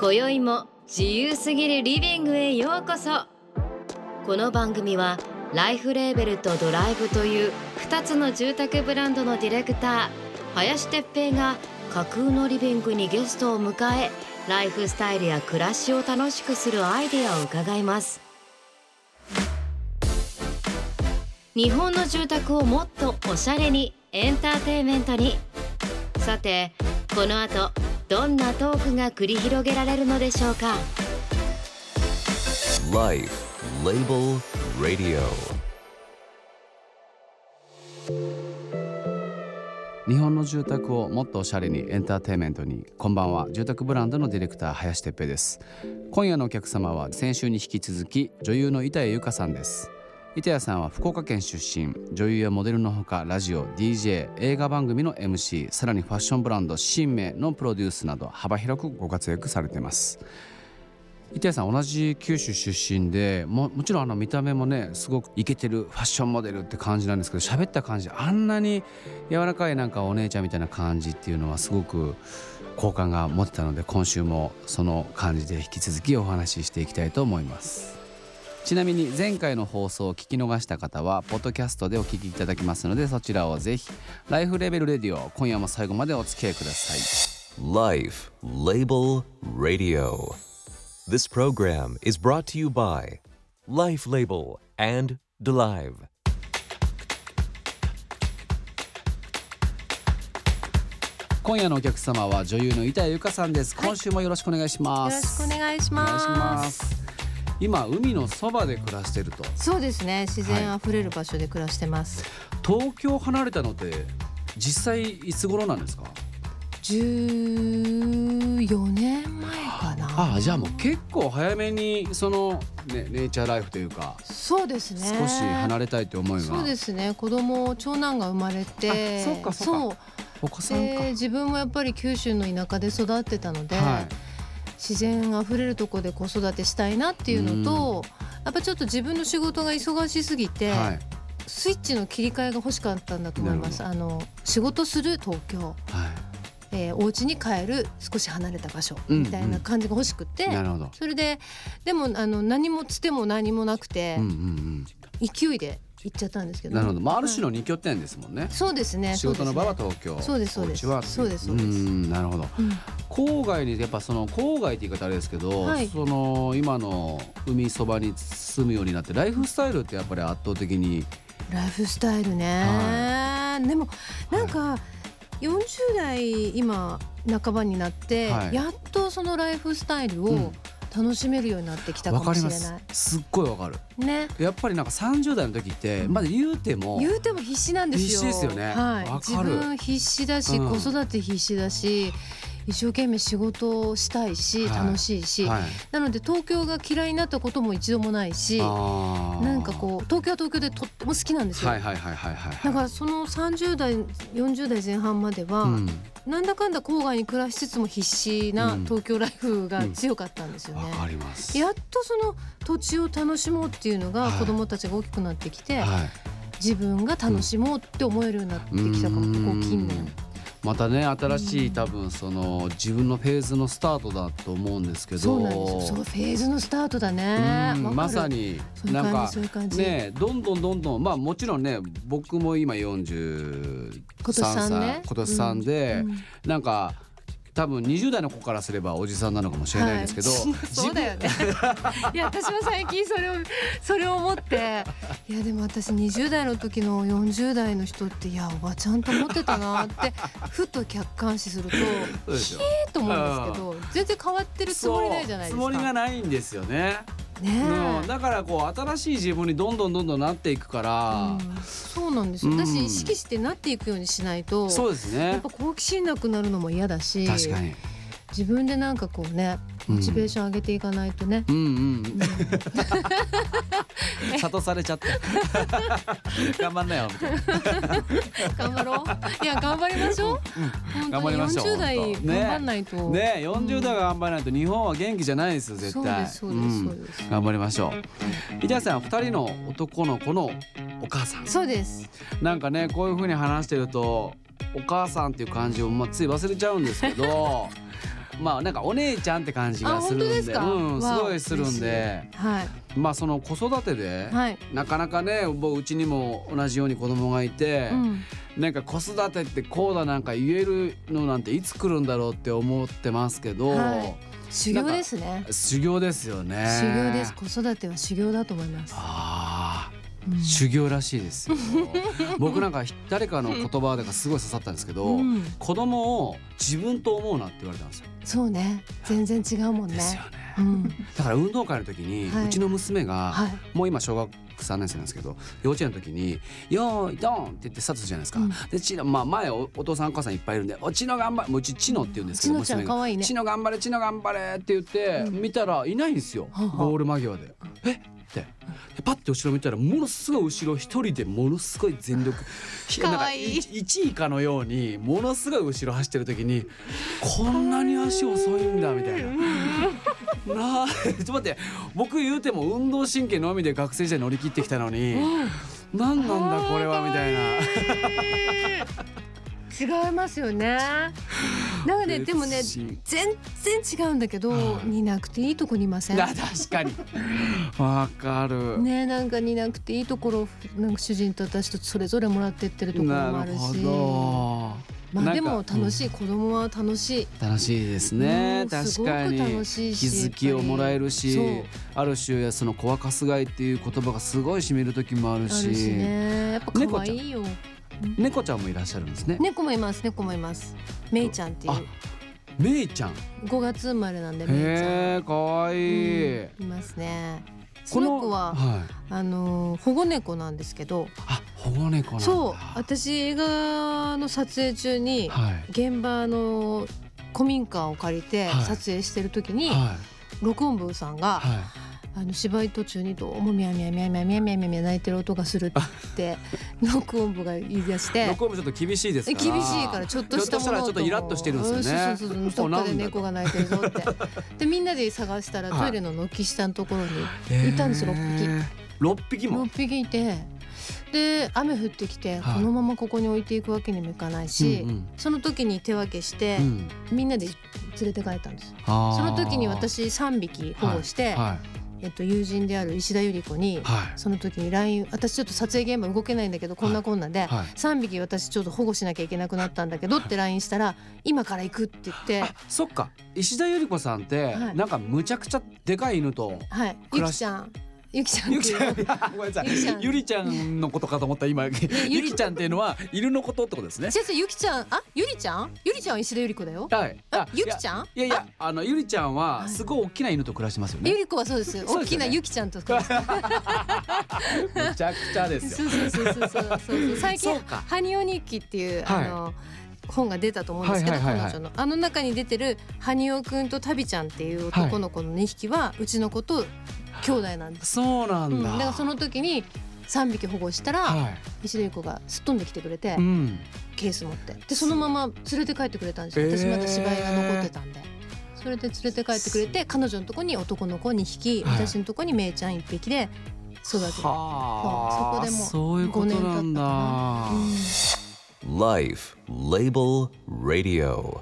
今宵も自由すぎるリビングへようこそ。この番組はライフレーベルとドライブという2つの住宅ブランドのディレクター林哲平が架空のリビングにゲストを迎え、ライフスタイルや暮らしを楽しくするアイデアを伺います。日本の住宅をもっとおしゃれに、エンターテインメントに。さてこの後どんなトークが繰り広げられるのでしょうか。 Life Label Radio。 日本の住宅をもっとおしゃれにエンターテインメントに。こんばんは、住宅ブランドのディレクター林哲平です。今夜のお客様は先週に引き続き女優の板谷由夏さんです。板谷さんは福岡県出身、女優やモデルのほかラジオ、DJ、映画番組の MC、 さらにファッションブランド新名のプロデュースなど幅広くご活躍されています。板谷さん同じ九州出身で もちろん見た目もねすごくイケてるファッションモデルって感じなんですけど、喋った感じあんなに柔らかいなんかお姉ちゃんみたいな感じっていうのはすごく好感が持ってたので、今週もその感じで引き続きお話ししていきたいと思います。ちなみに前回の放送を聞き逃した方はポッドキャストでお聞きいただきますので、そちらをぜひ。ライフレベルレディオ、今夜も最後までお付き合いください。 Life Label Radio。 This program is brought to you by Life Label and Delive。 今夜のお客様は女優の板谷由夏さんです。今週もよろしくお願いします。 よろしくお願いします。 お願いします。今海のそばで暮らしてると。 そうですね、自然あふれる場所で暮らしてます、 東京離れたのって実際いつ頃なんですか ？14年前かな。 じゃあもう結構早めにその、ね、ネイチャーライフというか。 そうですね、 少し離れたいという思いが。 そうですね、長男が生まれて。 そうかお子さんか。 自分もやっぱり九州の田舎で育ってたので、自然あふれるところで子育てしたいなっていうのと、やっぱちょっと自分の仕事が忙しすぎて、スイッチの切り替えが欲しかったんだと思います。仕事する東京、お家に帰る少し離れた場所みたいな感じが欲しくて、それででも何もつても何もなくて、勢いで行っちゃったんですけど。 なるほど、ある種の2拠点ですもんね。 そうですね、 仕事の場は東京、 そうですそうです、そうですそうです。 なるほど、郊外にやっぱその郊外って言い方あれですけど、その今の海そばに住むようになってライフスタイルってやっぱり圧倒的に。 ライフスタイルね、でもなんか40代今半ばになって、やっとそのライフスタイルを楽しめるようになってきたかもしれない。 すっごいわかる、ね、やっぱりなんか30代の時ってまだ言うても必死なんですよ。 必死ですよね、 自分必死だし、子育て必死だし、一生懸命仕事をしたいし、楽しいし、なので東京が嫌いになったことも一度もないし、なんかこう東京は東京でとっても好きなんですよ。だからその30代40代前半までは、なんだかんだ郊外に暮らしつつも必死な東京ライフが強かったんですよね。やっとその土地を楽しもうっていうのが、子どもたちが大きくなってきて、自分が楽しもうって思えるようになってきたかも、ここ近年。 またね、新しい多分その自分のフェーズのスタートだと思うんですけど。 そうなんですよ、そうフェーズのスタートだね。 まさになんかね、どんどんもちろんね、僕も今43歳、今年3で、なんか多分20代の子からすればおじさんなのかもしれないですけど、 そうだよねいや私も最近それを思って、いやでも私20代の時の40代の人って、いやおばちゃんと思ってたなってふと客観視するとひーと思うんですけど、全然変わってるつもりないじゃないですか。 つもりがないんですよね。だからこう新しい自分にどんどんなっていくから、 そうなんですよ。私意識してなっていくようにしないと、 そうですね、 やっぱ好奇心なくなるのも嫌だし、 確かに自分でなんかこうね、モチベーション上げていかないとね。 諭されちゃって頑張んなよみたいな頑張ろう。いや頑張りましょう。 頑張りましょう。 40代頑張んないとね、40代が頑張らないと日本は元気じゃないですよ絶対。 そうです頑張りましょう。板谷さん、2人の男の子のお母さん。 そうです。 なんかね、こういう風に話してるとお母さんっていう感じをつい忘れちゃうんですけどまあなんかお姉ちゃんって感じがするんで、 本当ですか？ うん、すごいするんで、 はい、 まあその子育てで、 はい、 なかなかね、うちにも同じように子供がいて、なんか子育てってこうだなんか言えるのなんていつ来るんだろうって思ってますけど、 修行ですね。 修行ですよね。 修行です。子育ては修行だと思います。 修行らしいですよ。僕なんか誰かの言葉がすごい刺さったんですけど、子供を自分と思うなって言われたんですよ。 そうね、全然違うもんね。 ですよね。だから運動会の時に、うちの娘が、もう今小学3年生なんですけど、幼稚園の時によーいドンって言ってスタートするじゃないですか。でチノ、前 お父さんお母さんいっぱいいるんで、チノ頑張れ、もううちチノって言うんですけど、 娘がチノ頑張れチノ頑張れって言って、見たらいないんですよ、ゴール間際で。ってパッて後ろ見たら、ものすごい後ろ一人でものすごい全力、なんか1位かのようにものすごい後ろ走ってる時に、こんなに足遅いんだみたいな。ちょっと待って、僕言うても運動神経のみで学生時代乗り切ってきたのに、何なんだこれはみたいな。 違いますよね。なんかね、でもね、全然違うんだけど、似なくていいとこにいません？ 確かにわかるね。なんか似なくていいところ、なんか主人と私とそれぞれもらってってるところもあるし、まあでも楽しい、子供は楽しい。 楽しいですね。確かに気づきをもらえるし、ある種その子はかすがいっていう言葉がすごい染みる時もあるし、 やっぱ可愛いよ。 猫ちゃんもいらっしゃるんですね。 猫もいます。猫もいます。めいちゃんっていう。 めいちゃん。 5月生まれなんでめいちゃん。 可愛い。 いますね。その子は保護猫なんですけど。 保護猫なんだ。 そう。私映画の撮影中に現場の古民家を借りて撮影してる時に、録音部さんが。芝居途中にどうもミャミャミャミャミャミャミャミャ泣いてる音がするって録音部が言い出して、 録音部ちょっと厳しいですから、 厳しいからちょっとしたものをちょっとイラッとしてるんですよね。 そうどっかで猫が鳴いてるぞってでみんなで探したらトイレの軒下のところにいたんですよ。 6匹も。 6匹いて、で雨降ってきて、このままここに置いていくわけにもいかないし、その時に手分けして、みんなで連れて帰ったんです。その時に私3匹保護して、友人である石田ゆり子に、その時に LINE、 私ちょっと撮影現場動けないんだけどこんなこんなで、3匹私ちょっと保護しなきゃいけなくなったんだけどって LINE したら、今から行くって言って。 そっか、石田ゆり子さんって、なんかむちゃくちゃでかい犬とゆきちゃんゆきちゃんっていう、 ごめんなさい、ゆりちゃんのことかと思った今。ゆきちゃんっていうのは犬のことってことですね。 先生、ゆきちゃん、ゆりちゃんは石田ゆり子だよ。ゆきちゃん、 いやゆりちゃんはすごい大きな犬と暮らしてますよね。 ゆり子はそうです。大きなゆきちゃんと暮らしてめちゃくちゃですよ。 そう最近ハニオ日記っていう本が出たと思うんですけど、彼女の中に出てるハニオくんとタビちゃんっていう男の子の2匹はうちの子と兄弟なんです。 そうなんだ。 だからその時に3匹保護したら、石田ゆり子がすっ飛んできてくれて、ケース持って、でそのまま連れて帰ってくれたんですよ。私まだ芝居が残ってたんで、それで連れて帰ってくれて、彼女のとこに男の子2匹、私のとこにめいちゃん1匹で育てて、そこでも5年経ったかな。 Life Label Radio。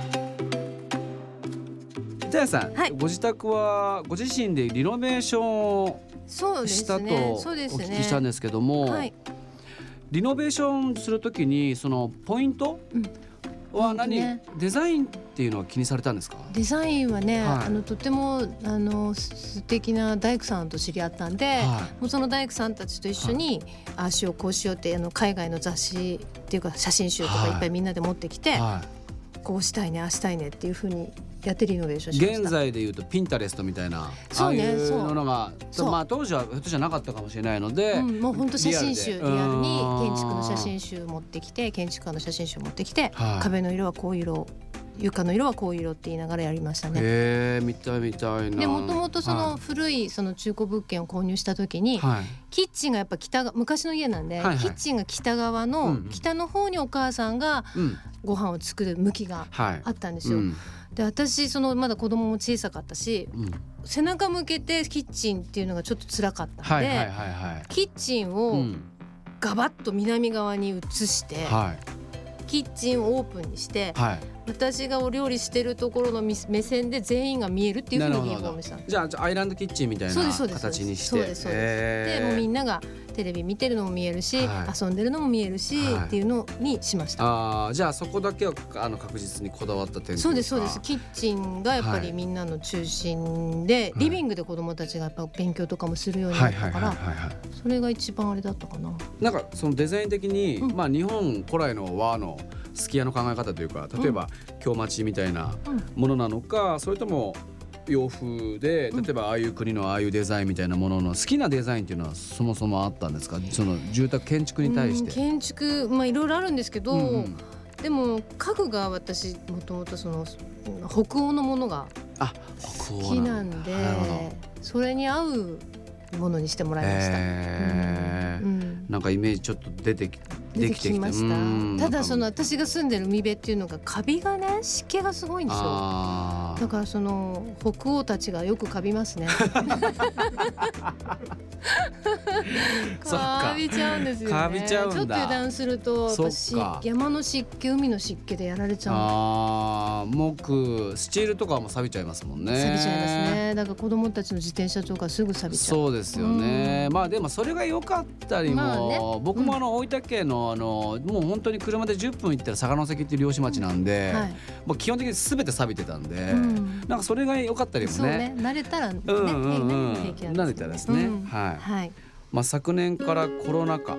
板谷さん、ご自宅はご自身でリノベーションをしたとお聞きしたんですけども、リノベーションするときにそのポイントはデザインっていうのは気にされたんですか？ デザインはね、とても素敵な大工さんと知り合ったんで、もうその大工さんたちと一緒に、ああしようこうしようって海外の雑誌っていうか写真集とかいっぱいみんなで持ってきて、こうしたいねああしたいねっていう風にやってリノベーションしました。 現在でいうとピンタレストみたいな、ああいうのが当時はひょっとしたらなかったかもしれないので、 もう本当写真集リアルに建築の写真集持ってきて、建築家の写真集持ってきて、壁の色はこういう色、床の色はこういう色って言いながらやりましたね。 見たいな。 でもともとその古いその中古物件を購入した時に、キッチンがやっぱ昔の家なんで、キッチンが北側の北の方にお母さんがご飯を作る向きがあったんですよ。で私まだ子供も小さかったし、背中向けてキッチンっていうのがちょっと辛かったので、キッチンをガバッと南側に移して、キッチンをオープンにして、 私がお料理してるところの目線で全員が見えるっていうふうにリフォームした。 じゃあアイランドキッチンみたいな形にして、 そうですでもうみんながテレビ見てるのも見えるし、遊んでるのも見えるし、っていうのにしました。 じゃあそこだけは確実にこだわった点。 そうですキッチンがやっぱりみんなの中心で、リビングで子どもたちがやっぱ勉強とかもするようになったから、それが一番あれだったかな。 なんかそのデザイン的に、日本古来の和のすき家の考え方というか、例えば京町みたいなものなのか、それとも洋風で例えばああいう国のああいうデザインみたいなものの好きなデザインっていうのはそもそもあったんですか？その住宅建築に対して。 建築いろいろあるんですけど、でも家具が私もともとその北欧のものが好きなんで、それに合うものにしてもらいました。 なんかイメージちょっと出てきました。 ただその私が住んでる海辺っていうのがカビがね、湿気がすごいんですよ。だからその北欧たちがよくカビますね。カビちゃうんですよね。 カビちゃうんだ。 ちょっと油断すると山の湿気、海の湿気でやられちゃう。 木、スチールとかも錆びちゃいますもんね。 錆びちゃいますね。だから子供たちの自転車とかすぐ錆びちゃう。 そうですよね。でもそれが良かったりも、僕も大分県のもう本当に車で10分行ったら佐賀関っていう漁師町なんで、もう基本的に全て錆びてたんで、なんかそれが良かったりもね。 そうね、慣れたらね、慣れたらですね。昨年からコロナ禍、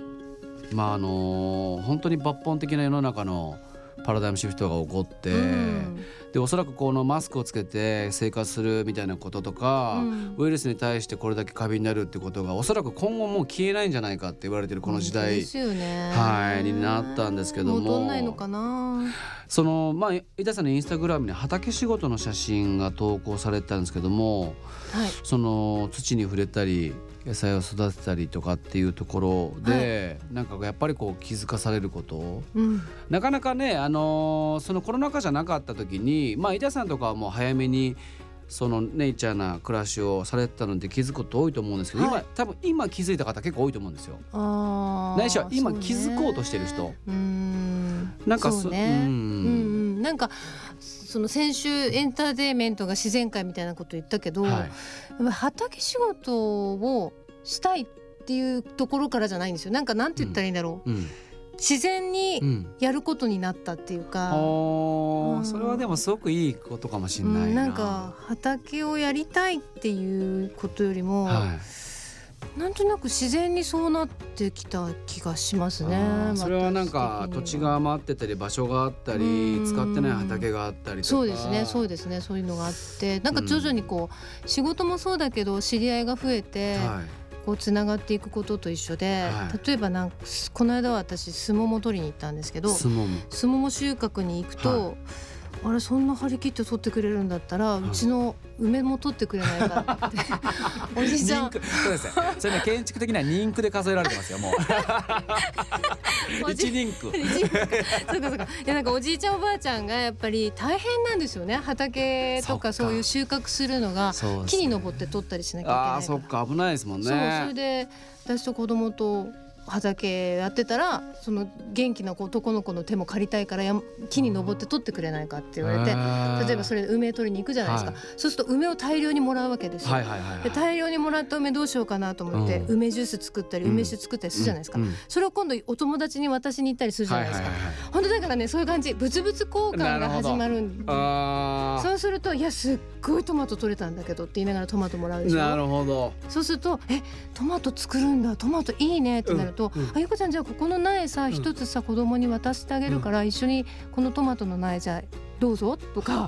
本当に抜本的な世の中のパラダイムシフトが起こって、でおそらくこのマスクをつけて生活するみたいなこととか、ウイルスに対してこれだけ過敏になるってことがおそらく今後もう消えないんじゃないかって言われてるこの時代ですよね。 になったんですけども、 戻んないのかな。 その板さんのインスタグラムに畑仕事の写真が投稿されてたんですけども、その土に触れたり野菜を育てたりとかっていうところで、なんかやっぱりこう気づかされること、なかなかね、そのコロナ禍じゃなかった時に板さんとかはもう早めにそのネイチャーな暮らしをされてたので気づくこと多いと思うんですけど、多分今気づいた方結構多いと思うんですよ。ないしは今気づこうとしてる人、なんかそうね。なんかその先週エンターテインメントが自然界みたいなこと言ったけど、畑仕事をしたいっていうところからじゃないんですよ。なんて言ったらいいんだろう、自然にやることになったっていうか、それはでもすごくいいことかもしれないな。 なんか畑をやりたいっていうことよりも、なんとなく自然にそうなってきた気がしますね。 それはなんか土地が余ってたり場所があったり使ってない畑があったりとか。そうですねそういうのがあって、なんか徐々にこう仕事もそうだけど知り合いが増えて、こうつながっていくことと一緒で、例えばこの間は私スモモ取りに行ったんですけど、スモモ収穫に行くと、あれそんな張り切って取ってくれるんだったら、うちの梅も取ってくれないかっておじいちゃんそうですね、それね建築的には人区で数えられてますよもう一人区そうかいや、なんかおじいちゃんおばあちゃんがやっぱり大変なんですよね。畑とかそういう収穫するのが木に登って取ったりしなきゃいけないから。 そっか、危ないですもんね。 それで私と子供と畑やってたら、その元気な男の子の手も借りたいから木に登って取ってくれないかって言われて、例えばそれで梅取りに行くじゃないですか、そうすると梅を大量にもらうわけですよ。で大量にもらった梅どうしようかなと思って、梅ジュース作ったり梅酒作ったりするじゃないですか、それを今度お友達に渡しに行ったりするじゃないですか、本当だからね、そういう感じ、物々交換が始まるんで、そうすると、いやすっごいトマト取れたんだけどって言いながらトマトもらうでしょ。 なるほど。 そうするとトマト作るんだ、トマトいいねってなると、ゆこちゃんじゃあここの苗さ一つさ子供に渡してあげるから、一緒にこのトマトの苗じゃどうぞとか、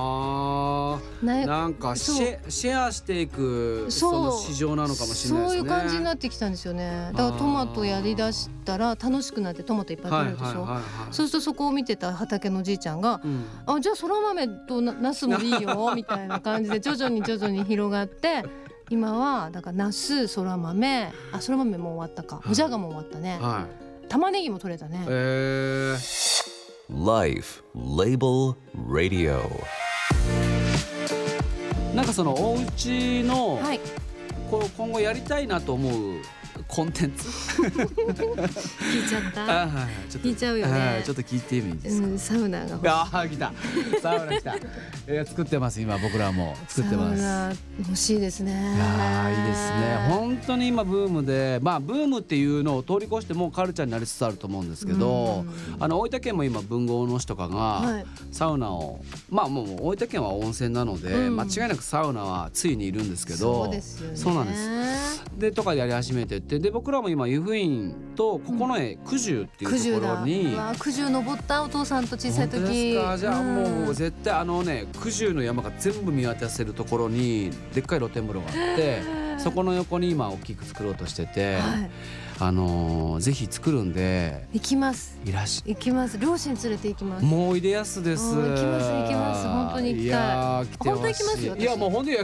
なんかシェアしていくその市場なのかもしれないですね。そういう感じになってきたんですよね。だからトマトやりだしたら楽しくなってトマトいっぱい取れるでしょ。そうするとそこを見てた畑のじいちゃんが、じゃあそら豆とナスもいいよみたいな感じで徐々に広がって今はだからナス、そら豆、そら豆もう終わったか、じゃがも終わったね、玉ねぎも取れたね。 Life Label Radio。 なんかそのお家の、今後やりたいなと思うコンテンツ聞いちゃった聞いちゃうよね。 ちょっと聞いてみいいですか、 サウナが来たサウナ来た作ってます。今僕らも作ってます。 サウナ欲しいですね。 いいですね。本当に今ブームで、ブームっていうのを通り越してもうカルチャーになりつつあると思うんですけど、大分県も今文豪の人とかがサウナを、もう大分県は温泉なので、間違いなくサウナはついにいるんですけど、 そうですよね。 そうなんです。でとかでやり始めてって、で僕らも今湯布院と九重九十っていうところに、 九十登ったお父さんと小さい時。 本当ですか。じゃあもう絶対九十の山が全部見渡せるところにでっかい露天風呂があって、そこの横に今大きく作ろうとしてて、ぜひ作るんで行きます。行きます。両親連れて行きます。 もういでやすです。 行きます本当に行きたい。本当行きますよ。 いやもう本当にい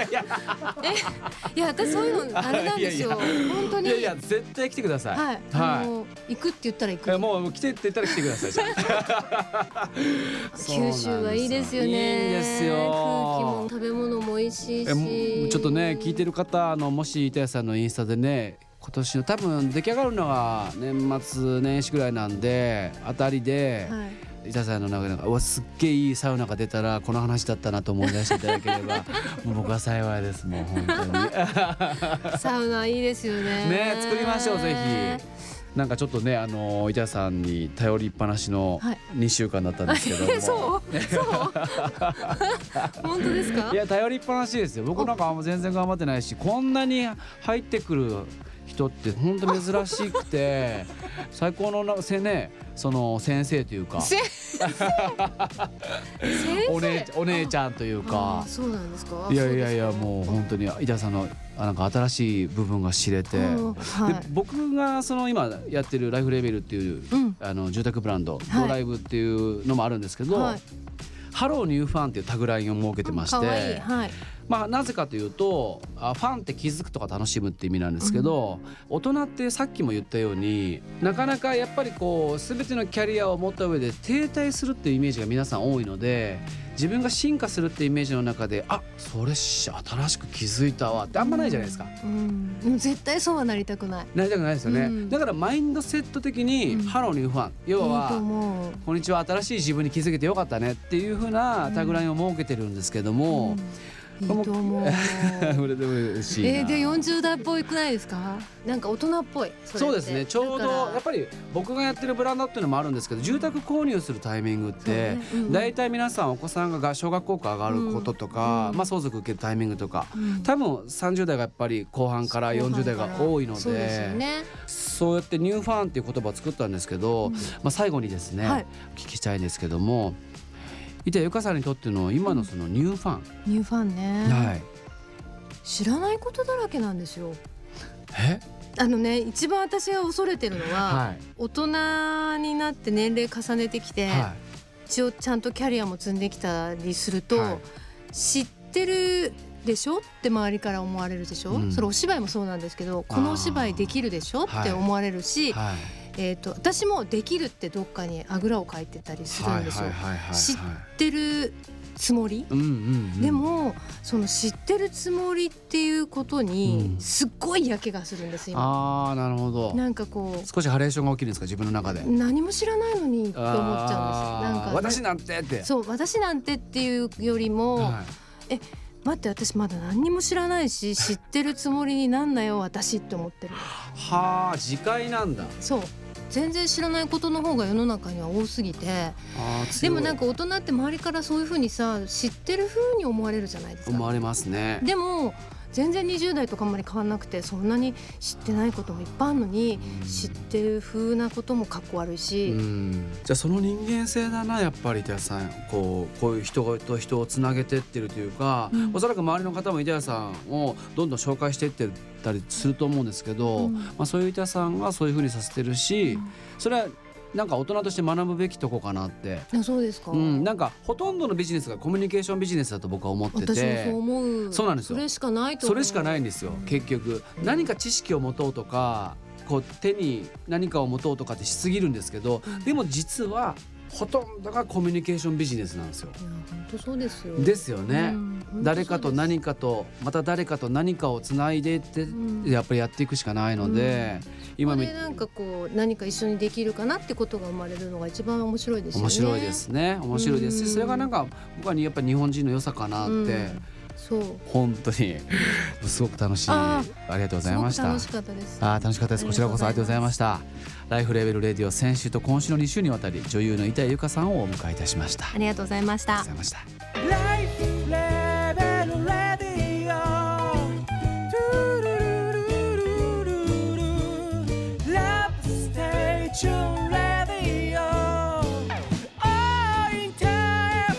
や私そういうのあれなんですよ。本当に。 いや絶対来てください。 行くって言ったら行く。 もう来てって言ったら来てください。 九州はいいですよね。 いいんですよ。 空気も食べ物も美味しいし。 ちょっとね聞いてる方もし板谷さんのインスタでね、今年の多分出来上がるのは年末年始ぐらいなんであたりで、板谷さんの中ですっげえいいサウナが出たらこの話だったなと思い出していただければもう僕は幸いです。もう本当にサウナいいですよね。 作りましょうぜひ。なんかちょっとね板谷さんに頼りっぱなしの2週間だったんですけども、 そう本当ですか。 いや頼りっぱなしですよ。僕なんか全然頑張ってないし、こんなに入ってくる人って本当珍しくて最高のその先生というかお姉ちゃんというか。 そうなんですか。 いやもう本当に板谷さんのなんか新しい部分が知れて、で僕がその今やってるライフレーベルっていう住宅ブランドドライブっていうのもあるんですけど、ハローニューファンっていうタグラインを設けてまして、なぜかというとファンって気づくとか楽しむって意味なんですけど、大人ってさっきも言ったようになかなかやっぱりこう全てのキャリアを持った上で停滞するっていうイメージが皆さん多いので、自分が進化するってイメージの中でそれ新しく気づいたわってあんまないじゃないですか。 でも絶対そうはなりたくないですよね。だからマインドセット的にハローニューファン、要はこんにちは新しい自分に気づけてよかったねっていう風なタグラインを設けてるんですけども、 いいと思う。 嬉しいな。 で40代っぽいくないですか。なんか大人っぽい。 そうですね。ちょうどやっぱり僕がやってるブランドっていうのもあるんですけど、住宅購入するタイミングってだいたい皆さんお子さんが小学校から上がることとか、相続受けるタイミングとか、多分30代がやっぱり後半から40代が多いので、そうやってニューファンっていう言葉を作ったんですけど、最後にですね、お聞きしたいんですけども、板谷由香さんにとっての今のそのニューファンね、 知らないことだらけなんですよ。一番私が恐れてるのは、大人になって年齢重ねてきて、一応ちゃんとキャリアも積んできたりすると、知ってるでしょって周りから思われるでしょ、それお芝居もそうなんですけど、このお芝居できるでしょって思われるし、私もできるってどっかにあぐらをかいてたりするんですよ。知ってるつもり、でもその知ってるつもりっていうことにすっごい嫌気がするんです今。 なるほど。 なんかこう少しハレーションが起きるんですか、自分の中で。 何も知らないのにと思っちゃうんです。なんか私なんてって。 そう、私なんてっていうよりも、待って私まだ何にも知らないし知ってるつもりになんなよ私って思ってる。 自戒なんだ。 そう全然知らないことの方が世の中には多すぎて、でもなんか大人って周りからそういう風にさ知ってる風に思われるじゃないですか。 思われますね。 でも全然20代とかあんまり変わんなくて、そんなに知ってないこともいっぱいあるのに、知ってる風なこともかっこ悪いし、 じゃあその人間性だな、やっぱり板谷さんこういう人と人をつなげてってるというか、おそらく周りの方も板谷さんをどんどん紹介していってたりすると思うんですけど、そういう板谷さんがそういう風にさせてるし、それはなんか大人として学ぶべきとこかなって。 そうですか。 なんかほとんどのビジネスがコミュニケーションビジネスだと僕は思ってて。 私もそう思う。 そうなんですよ。 それしかないと思う。 それしかないんですよ、結局。何か知識を持とうとか手に何かを持とうとかってしすぎるんですけど、でも実はほとんどがコミュニケーションビジネスなんですよ。 いや本当そうですよ。 ですよね、誰かと何かとまた誰かと何かをつないでいって、やっぱりやっていくしかないので、 今でなんかこう何か一緒にできるかなってことが生まれるのが一番面白いですよね。 面白いですね。面白いですし、それがなんか僕はやっぱり日本人の良さかなって、 そう本当にすごく楽しい。ありがとうございました。 楽しかったです。 楽しかったです。こちらこそありがとうございました。ライフレーベルレディオ、先週と今週の2週にわたり女優の板井由夏さんをお迎えいたしました。 ありがとうございました。 ありがとうございました。 ライフレーベルレディオラブステーションレディオインター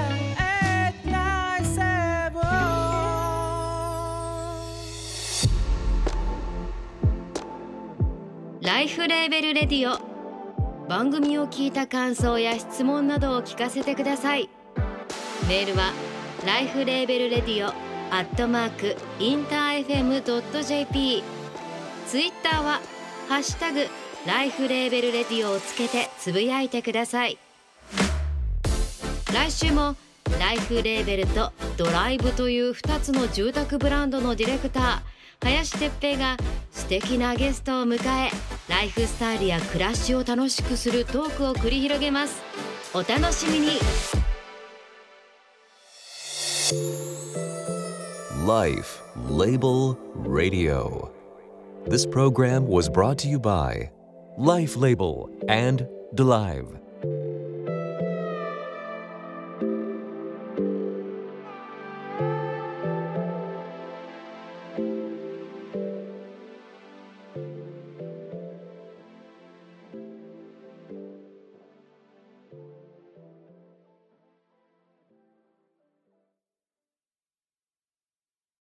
FM897 ライフレーベルレディオ、番組を聞いた感想や質問などを聞かせてください。メールは lifelabelradio@interfm.jp、 ツイッターはハッシュタグライフレーベルレディオをつけてつぶやいてください。来週もライフレーベルとドライブという2つの住宅ブランドのディレクター林哲平が素敵なゲストを迎え、ライフスタイルや暮らしを楽しくするトークを繰り広げます。お楽しみに。 Life Label Radio. This program was brought to you by Life Label and DeLive.